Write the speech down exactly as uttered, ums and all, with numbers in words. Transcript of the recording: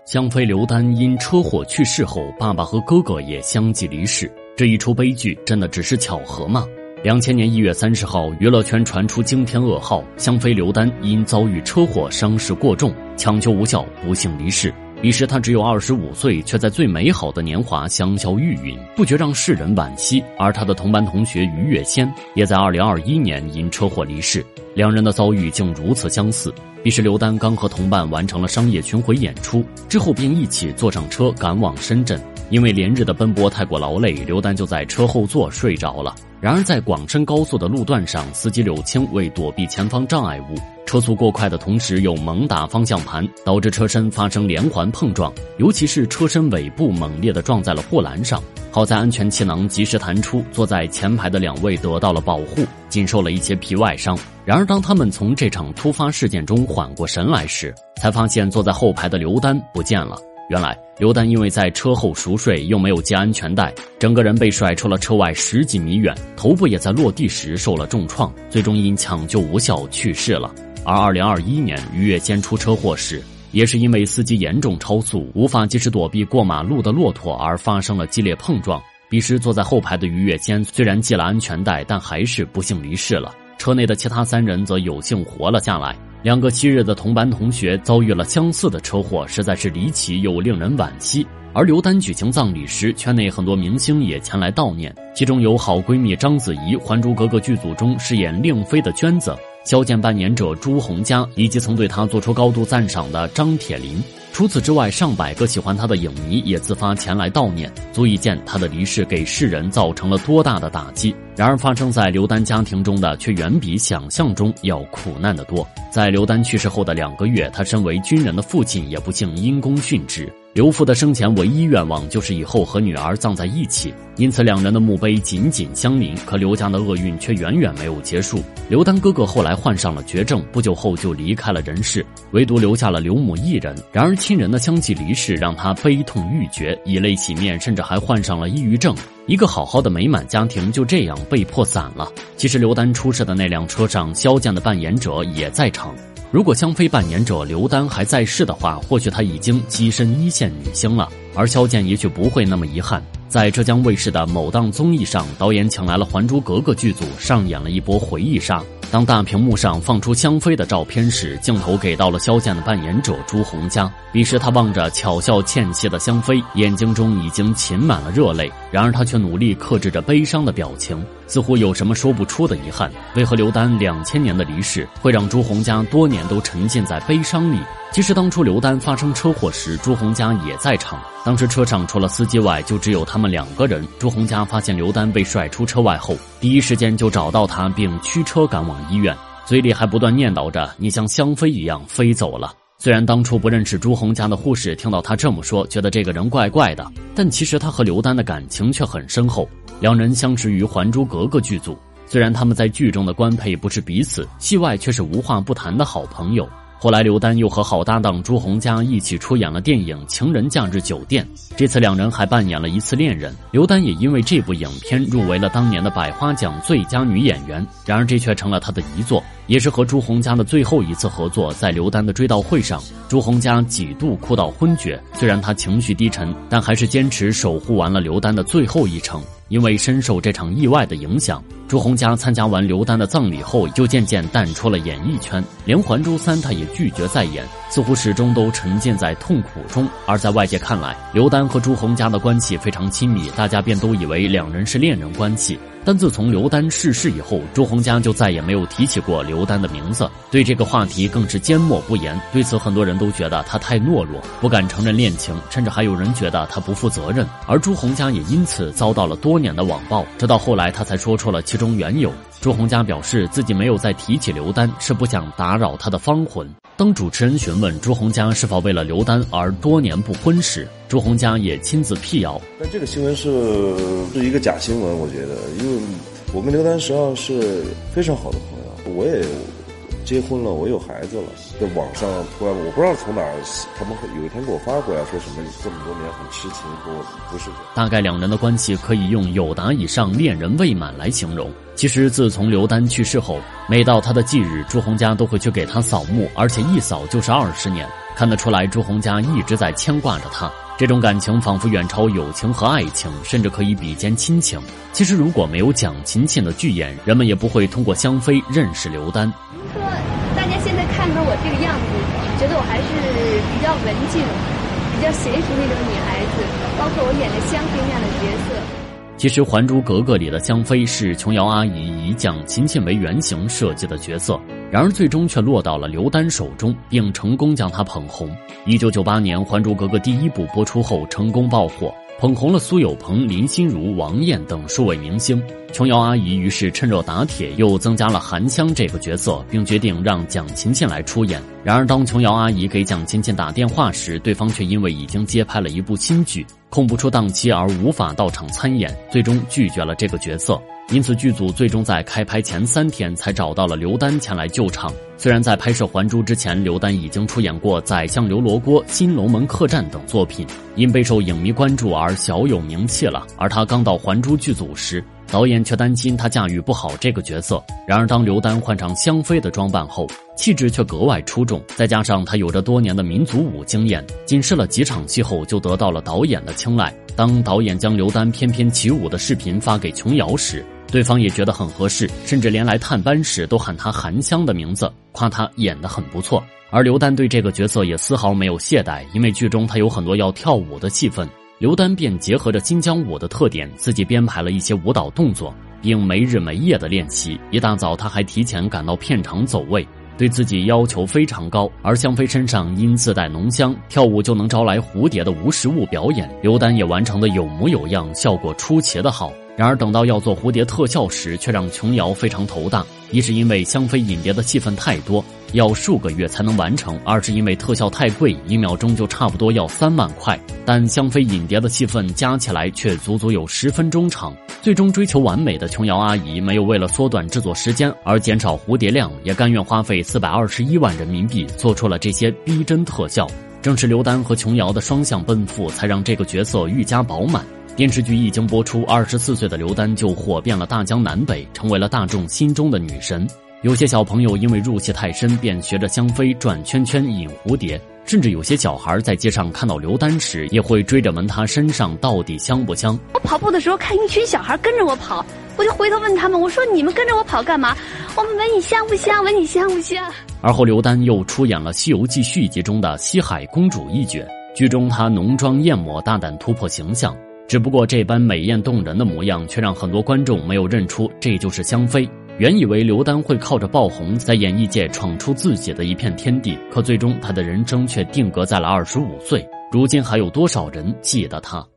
香妃刘丹因车祸去世后，爸爸和哥哥也相继离世，这一出悲剧真的只是巧合吗？两千年一月三十号，娱乐圈传出惊天噩耗，香妃刘丹因遭遇车祸伤势过重，抢救无效，不幸离世。彼时她只有二十五岁，却在最美好的年华香消玉殒，不觉让世人惋惜。而她的同班同学于月仙也在二零二一年因车祸离世，两人的遭遇竟如此相似。彼时刘丹刚和同伴完成了商业巡回演出，之后便一起坐上车赶往深圳。因为连日的奔波太过劳累，刘丹就在车后座睡着了。然而在广深高速的路段上，司机柳青为躲避前方障碍物，车速过快的同时又猛打方向盘，导致车身发生连环碰撞，尤其是车身尾部猛烈地撞在了护栏上。好在安全气囊及时弹出，坐在前排的两位得到了保护，仅受了一些皮外伤。然而当他们从这场突发事件中缓过神来时，才发现坐在后排的刘丹不见了。原来刘丹因为在车后熟睡，又没有系安全带，整个人被甩出了车外十几米远，头部也在落地时受了重创，最终因抢救无效去世了。而二零二一年于月仙出车祸时，也是因为司机严重超速，无法及时躲避过马路的骆驼而发生了激烈碰撞。彼时坐在后排的于月仙虽然系了安全带，但还是不幸离世了。车内的其他三人则有幸活了下来。两个昔日的同班同学遭遇了相似的车祸，实在是离奇又令人惋惜。而刘丹举行葬礼时，圈内很多明星也前来悼念，其中有好闺蜜章子怡、《还珠格格》剧组中饰演令妃的娟子，萧剑扮演者朱洪嘉，以及曾对她做出高度赞赏的张铁林。除此之外，上百个喜欢她的影迷也自发前来悼念，足以见她的离世给世人造成了多大的打击。然而发生在刘丹家庭中的却远比想象中要苦难得多。在刘丹去世后的两个月，他身为军人的父亲也不幸因公殉职。刘父的生前唯一愿望就是以后和女儿葬在一起，因此两人的墓碑紧紧相邻。可刘家的厄运却远远没有结束。刘丹哥哥后来患上了绝症，不久后就离开了人世，唯独留下了刘母一人。然而亲人的相继离世让他悲痛欲绝，以泪洗面，甚至还患上了抑郁症。一个好好的美满家庭就这样被迫散了。其实刘丹出事的那辆车上，萧剑的扮演者也在场。如果香妃扮演者刘丹还在世的话，或许她已经跻身一线女星了，而萧剑也许不会那么遗憾。在浙江卫视的某档综艺上，导演请来了《还珠格格》剧组，上演了一波回忆杀。当大屏幕上放出香妃的照片时，镜头给到了萧剑的扮演者朱洪嘉。彼时他望着巧笑倩兮的香妃，眼睛中已经噙满了热泪，然而他却努力克制着悲伤的表情，似乎有什么说不出的遗憾。为何刘丹两千年的离世会让朱洪嘉多年都沉浸在悲伤里？其实当初刘丹发生车祸时，朱洪嘉也在场。当时车上除了司机外，就只有他们两个人。朱洪嘉发现刘丹被甩出车外后，第一时间就找到他，并驱车赶往医院，嘴里还不断念叨着：“你像香妃一样飞走了。”虽然当初不认识朱洪嘉的护士听到他这么说，觉得这个人怪怪的，但其实他和刘丹的感情却很深厚。两人相识于《还珠格格》剧组，虽然他们在剧中的官配不是彼此，戏外却是无话不谈的好朋友。后来刘丹又和好搭档朱洪嘉一起出演了电影《情人假日酒店》，这次两人还扮演了一次恋人。刘丹也因为这部影片入围了当年的百花奖最佳女演员，然而这却成了她的遗作，也是和朱洪嘉的最后一次合作。在刘丹的追悼会上，朱洪嘉几度哭到昏厥，虽然他情绪低沉，但还是坚持守护完了刘丹的最后一程。因为深受这场意外的影响，朱洪嘉参加完刘丹的葬礼后，就渐渐淡出了演艺圈，连《还珠三》他也拒绝再演，似乎始终都沉浸在痛苦中。而在外界看来，刘丹和朱洪嘉的关系非常亲密，大家便都以为两人是恋人关系。但自从刘丹逝世以后，朱洪嘉就再也没有提起过刘丹的名字，对这个话题更是缄默不言。对此很多人都觉得他太懦弱，不敢承认恋情，甚至还有人觉得他不负责任。而朱洪嘉也因此遭到了多年的网暴，直到后来他才说出了其中缘由。朱洪嘉表示自己没有再提起刘丹，是不想打扰他的芳魂。当主持人询问朱洪嘉是否为了刘丹而多年不婚时，朱洪嘉也亲自辟谣。 但这个新闻是是一个假新闻，我觉得，因为我跟刘丹实际上是非常好的朋友，我也结婚了，我有孩子了。在网上突然，我不知道从哪儿，他们有一天给我发过来，说什么这么多年很痴情，说不是。 大概两人的关系可以用有达以上恋人未满来形容。其实自从刘丹去世后，每到他的忌日，朱洪嘉都会去给他扫墓，而且一扫就是二十年。 看得出来朱红家一直在牵挂着他，这种感情仿佛远超友情和爱情，甚至可以比肩亲情。其实如果没有蒋勤勤的剧演，人们也不会通过香妃认识刘丹。 说大家现在看到我这个样子，觉得我还是比较文静，比较娴熟那种女孩子，包括我演的香妃那样的角色。 其实《还珠格格》里的香妃是琼瑶阿姨以蒋勤勤为原型设计的角色，然而最终却落到了刘丹手中，并成功将她捧红。一九九八年《还珠格格》第一部播出后成功爆火，捧红了苏有朋、林心如、王艳等数位明星。琼瑶阿姨于是趁热打铁，又增加了韩香这个角色，并决定让蒋勤勤来出演。然而当琼瑶阿姨给蒋勤勤打电话时，对方却因为已经接拍了一部新剧，空不出档期而无法到场参演，最终拒绝了这个角色。因此剧组最终在开拍前三天才找到了刘丹前来救场。虽然在拍摄《还珠》之前，刘丹已经出演过《宰相刘罗锅》《新龙门客栈》等作品，因备受影迷关注而小有名气了。而他刚到《还珠》剧组时，导演却担心他驾驭不好这个角色。然而当刘丹换上香妃的装扮后，气质却格外出众，再加上他有着多年的民族舞经验，仅试了几场戏后就得到了导演的青睐。当导演将刘丹翩翩起舞的视频发给琼瑶时，对方也觉得很合适，甚至连来探班时都喊他韩香的名字，夸他演得很不错。而刘丹对这个角色也丝毫没有懈怠，因为剧中他有很多要跳舞的戏份，刘丹便结合着新疆舞的特点，自己编排了一些舞蹈动作，并没日没夜的练习。一大早他还提前赶到片场走位，对自己要求非常高。而香妃身上因自带浓香，跳舞就能招来蝴蝶的无实物表演，刘丹也完成的有模有样，效果出奇的好。然而等到要做蝴蝶特效时，却让琼瑶非常头大。一是因为香妃引蝶的戏份太多，要数个月才能完成；二是因为特效太贵，一秒钟就差不多要三万块。但香妃引蝶的戏份加起来却足足有十分钟长。最终追求完美的琼瑶阿姨没有为了缩短制作时间而减少蝴蝶量，也甘愿花费四百二十一万人民币做出了这些逼真特效。正是刘丹和琼瑶的双向奔赴，才让这个角色愈加饱满。电视剧一经播出，二十四岁的刘丹就火遍了大江南北，成为了大众心中的女神。有些小朋友因为入戏太深，便学着香妃转圈圈引蝴蝶，甚至有些小孩在街上看到刘丹时，也会追着闻他身上到底香不香。 我跑步的时候看一群小孩跟着我跑，我就回头问他们，我说你们跟着我跑干嘛？我们闻你香不香？闻你香不香？ 而后刘丹又出演了《西游记》续集中的西海公主一角，剧中她浓妆艳抹，大胆突破形象。只不过这般美艳动人的模样，却让很多观众没有认出这就是香妃。原以为刘丹会靠着爆红，在演艺界闯出自己的一片天地，可最终她的人生却定格在了二十五岁。如今还有多少人记得她？